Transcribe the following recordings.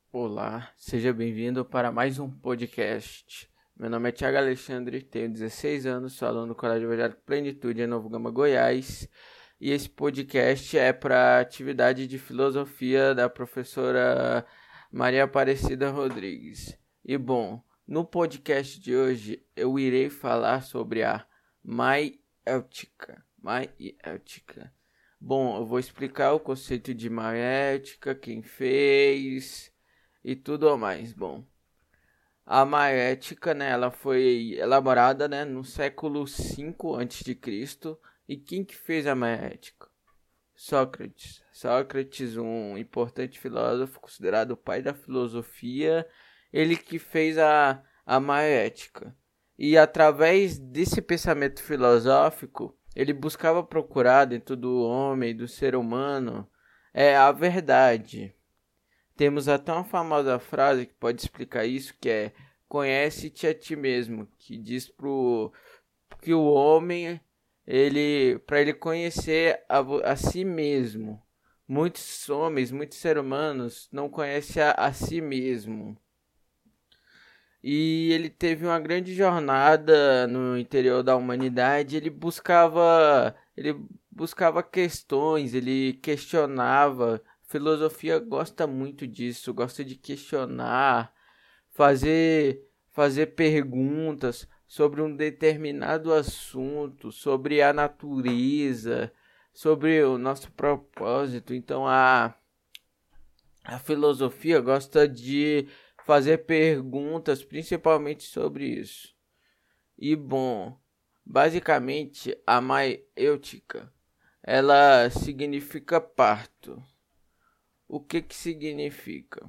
Olá, seja bem-vindo para mais um podcast. Meu nome é Thiago Alexandre, tenho 16 anos, sou aluno do Colégio Evangélico Plenitude em Novo Gama, Goiás. E esse podcast é para a atividade de filosofia da professora Maria Aparecida Rodrigues. E bom, no podcast de hoje eu irei falar sobre a maiéutica. Maiéutica. Bom, eu vou explicar o conceito de maiéutica, quem fez e tudo mais. Bom, a maética, né, ela foi elaborada, né, no século V a.C. E quem que fez a maética? Sócrates. Sócrates, um importante filósofo considerado o pai da filosofia, ele que fez a maética. E através desse pensamento filosófico, ele buscava procurar dentro do homem, do ser humano, a verdade. Temos até uma famosa frase que pode explicar isso, que é: conhece-te a ti mesmo, que diz que o homem, para ele conhecer a si mesmo. Muitos homens, muitos seres humanos não conhecem a si mesmo. E ele teve uma grande jornada no interior da humanidade. Ele buscava questões, ele questionava. Filosofia gosta muito disso, gosta de questionar, fazer perguntas sobre um determinado assunto, sobre a natureza, sobre o nosso propósito. Então a filosofia gosta de fazer perguntas principalmente sobre isso. E bom, basicamente a maiêutica, ela significa parto. O que significa?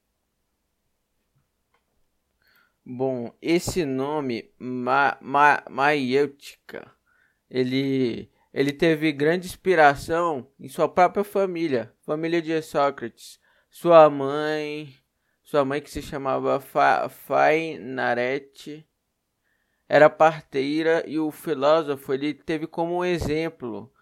Bom, esse nome maiêutica, ele teve grande inspiração em sua própria família, família de Sócrates. Sua mãe, sua mãe que se chamava Fainarete, era parteira, e o filósofo ele teve como exemplo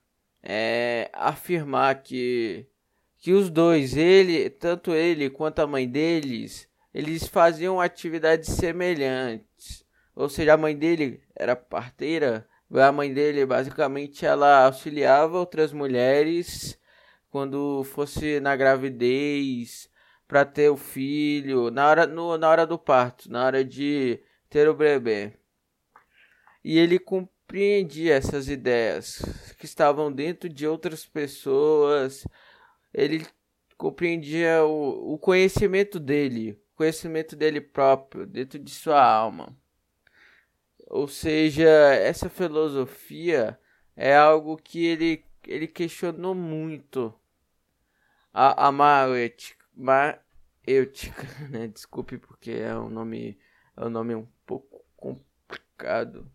afirmar que os dois, tanto ele quanto a mãe deles, eles faziam atividades semelhantes. Ou seja, a mãe dele era parteira, a mãe dele basicamente ela auxiliava outras mulheres quando fosse na gravidez, para ter o filho, na hora do parto, na hora de ter o bebê. E ele compreendia essas ideias que estavam dentro de outras pessoas. Ele compreendia o conhecimento dele próprio, dentro de sua alma. Ou seja, essa filosofia é algo que ele questionou muito. A maêutica, né? Desculpe porque é um nome um pouco complicado.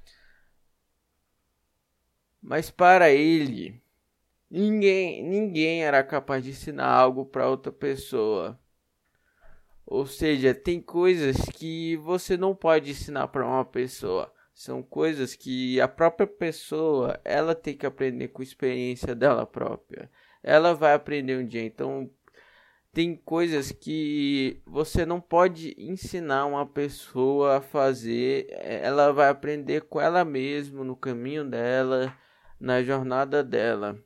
Mas para ele, ninguém era capaz de ensinar algo para outra pessoa. Ou seja, tem coisas que você não pode ensinar para uma pessoa. São coisas que a própria pessoa, ela tem que aprender com a experiência dela própria. Ela vai aprender um dia. Então, tem coisas que você não pode ensinar uma pessoa a fazer. Ela vai aprender com ela mesma, no caminho dela, na jornada dela.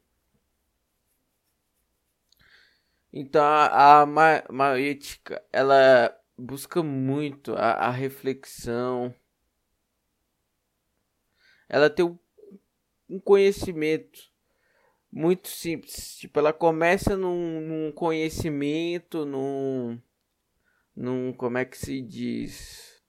Então a maética, ela busca muito a reflexão. Ela tem um conhecimento muito simples. Tipo, ela começa num conhecimento, como é que se diz?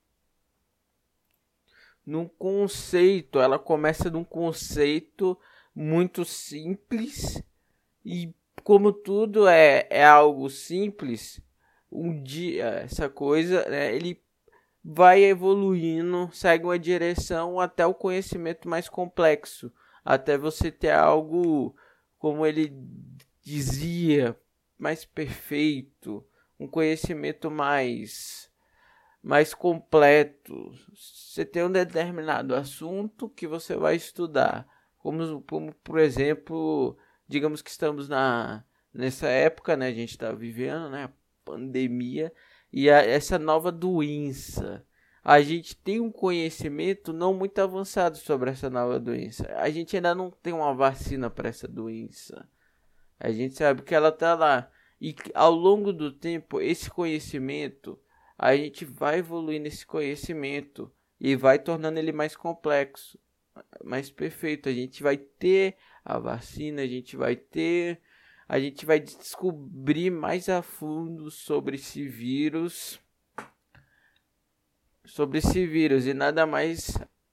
Num conceito. Ela começa num conceito muito simples e, como tudo é algo simples, um dia essa coisa, né, ele vai evoluindo, segue uma direção até o conhecimento mais complexo, até você ter algo, como ele dizia, mais perfeito, um conhecimento mais completo. Você tem um determinado assunto que você vai estudar, como por exemplo, digamos que estamos nessa época, né, a gente está vivendo, né, pandemia e essa nova doença. A gente tem um conhecimento não muito avançado sobre essa nova doença. A gente ainda não tem uma vacina para essa doença. A gente sabe que ela está lá. E ao longo do tempo, esse conhecimento, a gente vai evoluindo esse conhecimento e vai tornando ele mais complexo, mais perfeito. A gente vai ter a vacina, a gente vai descobrir mais a fundo sobre esse vírus. E nada mais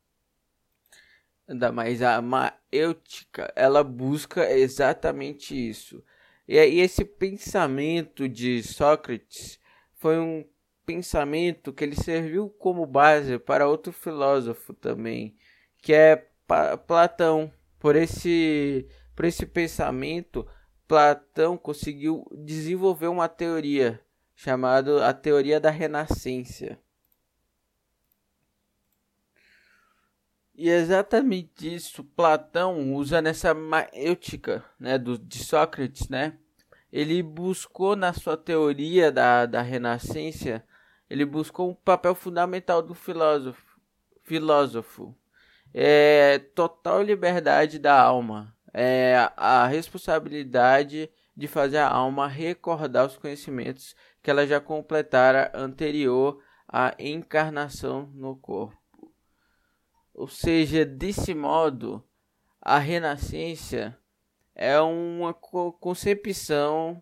a maêutica, ela busca exatamente isso. E aí esse pensamento de Sócrates foi um pensamento que ele serviu como base para outro filósofo também, que é Platão. Por esse pensamento, Platão conseguiu desenvolver uma teoria chamada a teoria da renascença. E exatamente isso Platão usa nessa maêutica, né, de Sócrates, né? Ele buscou na sua teoria da renascença, ele buscou um papel fundamental do filósofo. Total liberdade da alma, a responsabilidade de fazer a alma recordar os conhecimentos que ela já completara anterior à encarnação no corpo. Ou seja, desse modo, a renascença é uma concepção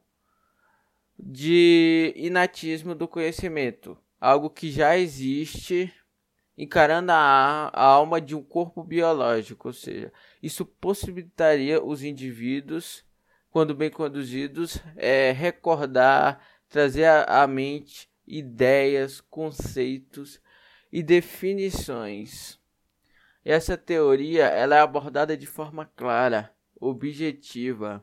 de inatismo do conhecimento, algo que já existe, encarando a alma de um corpo biológico, ou seja, isso possibilitaria os indivíduos, quando bem conduzidos, recordar, trazer à mente ideias, conceitos e definições. Essa teoria ela é abordada de forma clara, objetiva.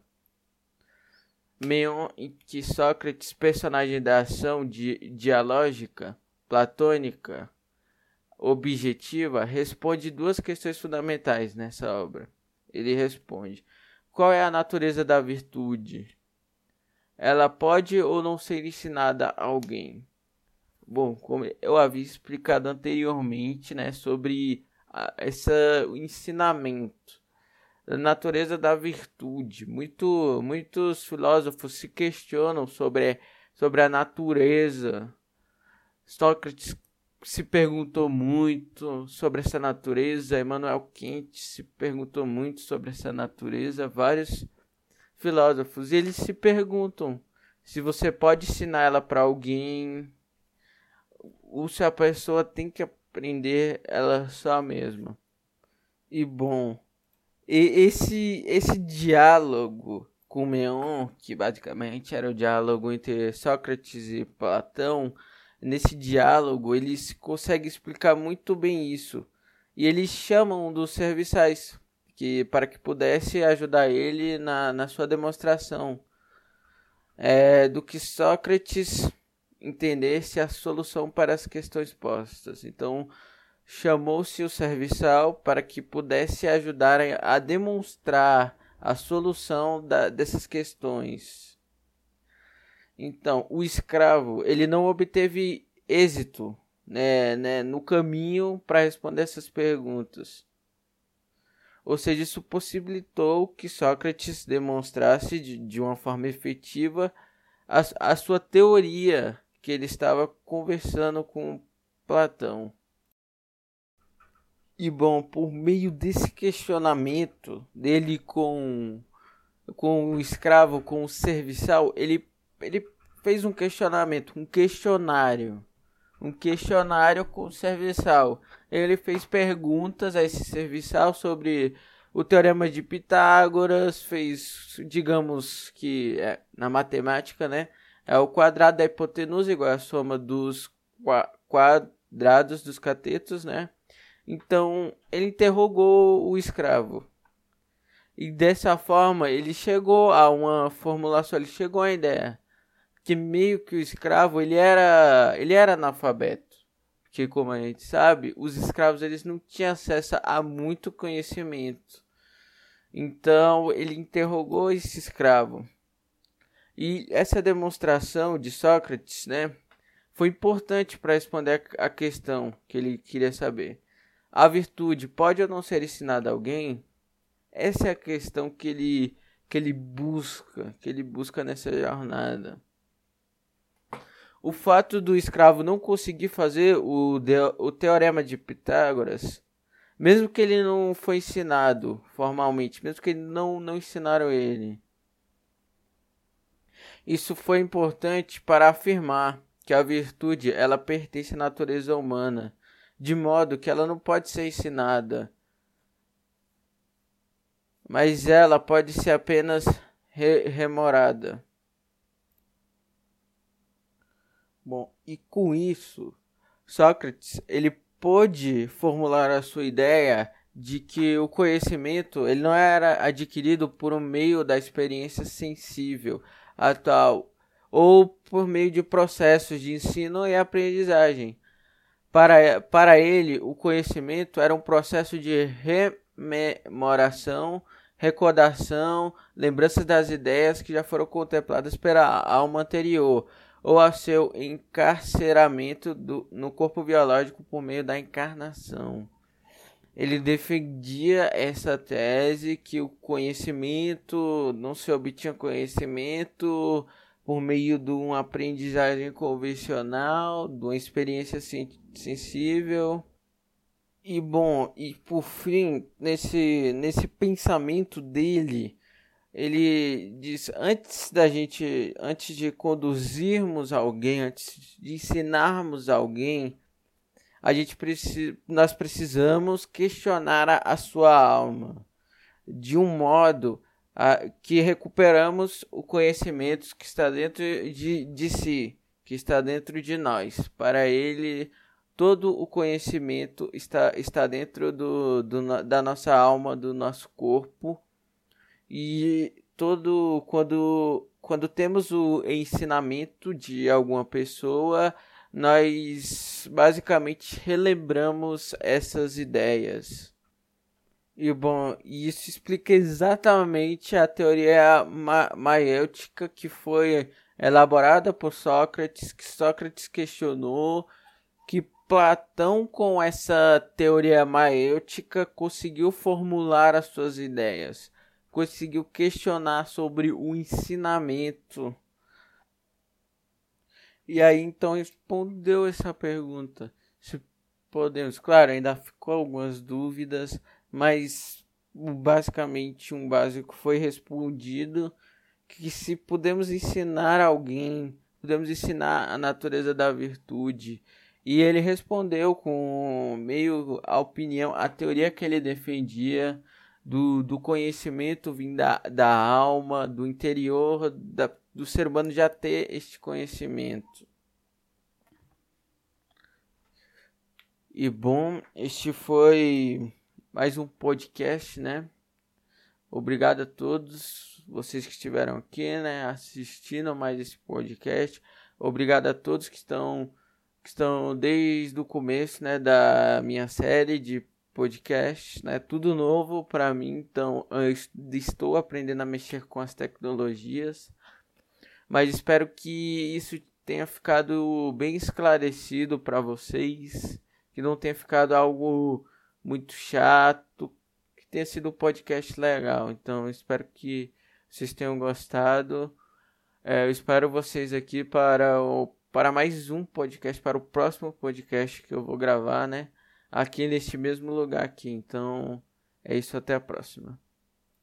Meio em que Sócrates, personagem da ação dialógica, platônica, objetiva, responde duas questões fundamentais nessa obra. Ele responde: qual é a natureza da virtude? Ela pode ou não ser ensinada a alguém? Bom, como eu havia explicado anteriormente, né, sobre o ensinamento, a natureza da virtude. Muitos filósofos se questionam sobre a natureza. Sócrates se perguntou muito sobre essa natureza, Immanuel Kant se perguntou muito sobre essa natureza, vários filósofos, eles se perguntam se você pode ensinar ela para alguém ou se a pessoa tem que aprender ela só mesma. E bom, esse diálogo com Meon, que basicamente era o diálogo entre Sócrates e Platão, nesse diálogo eles conseguem explicar muito bem isso. E eles chamam dos serviçais para que pudesse ajudar ele na sua demonstração do que Sócrates entendesse a solução para as questões postas. Então, chamou-se o serviçal para que pudesse ajudar a demonstrar a solução dessas questões. Então, o escravo ele não obteve êxito no caminho para responder essas perguntas. Ou seja, isso possibilitou que Sócrates demonstrasse de uma forma efetiva a sua teoria que ele estava conversando com Platão. E bom, por meio desse questionamento dele com o escravo, com o serviçal, ele fez um questionamento, um questionário com o serviçal. Ele fez perguntas a esse serviçal sobre o teorema de Pitágoras, fez, digamos que na matemática, né? É o quadrado da hipotenusa igual a soma dos quadrados dos catetos, né? Então, ele interrogou o escravo. E dessa forma, ele chegou a uma formulação, ele chegou à ideia que meio que o escravo, ele era analfabeto. Porque, como a gente sabe, os escravos eles não tinham acesso a muito conhecimento. Então, ele interrogou esse escravo. E essa demonstração de Sócrates, né, foi importante para responder a questão que ele queria saber. A virtude pode ou não ser ensinada a alguém? Essa é a questão que ele busca nessa jornada. O fato do escravo não conseguir fazer o teorema de Pitágoras, mesmo que ele não foi ensinado formalmente, mesmo que não ensinaram ele, isso foi importante para afirmar que a virtude ela pertence à natureza humana, de modo que ela não pode ser ensinada, mas ela pode ser apenas remorada. Bom, e com isso, Sócrates ele pôde formular a sua ideia de que o conhecimento ele não era adquirido por meio da experiência sensível atual ou por meio de processos de ensino e aprendizagem. Para ele, o conhecimento era um processo de rememoração, recordação, lembranças das ideias que já foram contempladas pela alma anterior, ou ao seu encarceramento no corpo biológico por meio da encarnação. Ele defendia essa tese que o conhecimento, não se obtinha conhecimento por meio de uma aprendizagem convencional, de uma experiência sensível. E bom, e por fim, nesse pensamento dele, ele diz, antes de conduzirmos alguém, antes de ensinarmos alguém, nós precisamos questionar a sua alma, de um modo que recuperamos o conhecimento que está dentro de si, que está dentro de nós. Para ele, todo o conhecimento está dentro da nossa alma, do nosso corpo. E quando temos o ensinamento de alguma pessoa, nós basicamente relembramos essas ideias. E bom, isso explica exatamente a teoria maiêutica que foi elaborada por Sócrates, que Sócrates questionou, que Platão, com essa teoria maiêutica, conseguiu formular as suas ideias, conseguiu questionar sobre o ensinamento. E aí então respondeu essa pergunta. Se podemos, claro, ainda ficou algumas dúvidas, mas basicamente um básico foi respondido, que se podemos ensinar alguém, podemos ensinar a natureza da virtude. E ele respondeu com meio a opinião, a teoria que ele defendia do conhecimento vindo da alma, do interior do ser humano já ter este conhecimento. E bom, este foi mais um podcast, né? Obrigado a todos vocês que estiveram aqui, né, assistindo mais esse podcast. Obrigado a todos que estão desde o começo, né, da minha série de podcast, né? Tudo novo para mim, então eu estou aprendendo a mexer com as tecnologias, mas espero que isso tenha ficado bem esclarecido para vocês, que não tenha ficado algo muito chato, que tenha sido um podcast legal. Então espero que vocês tenham gostado. Eu espero vocês aqui para mais um podcast, para o próximo podcast que eu vou gravar, né? Aqui neste mesmo lugar aqui. Então, é isso, até a próxima.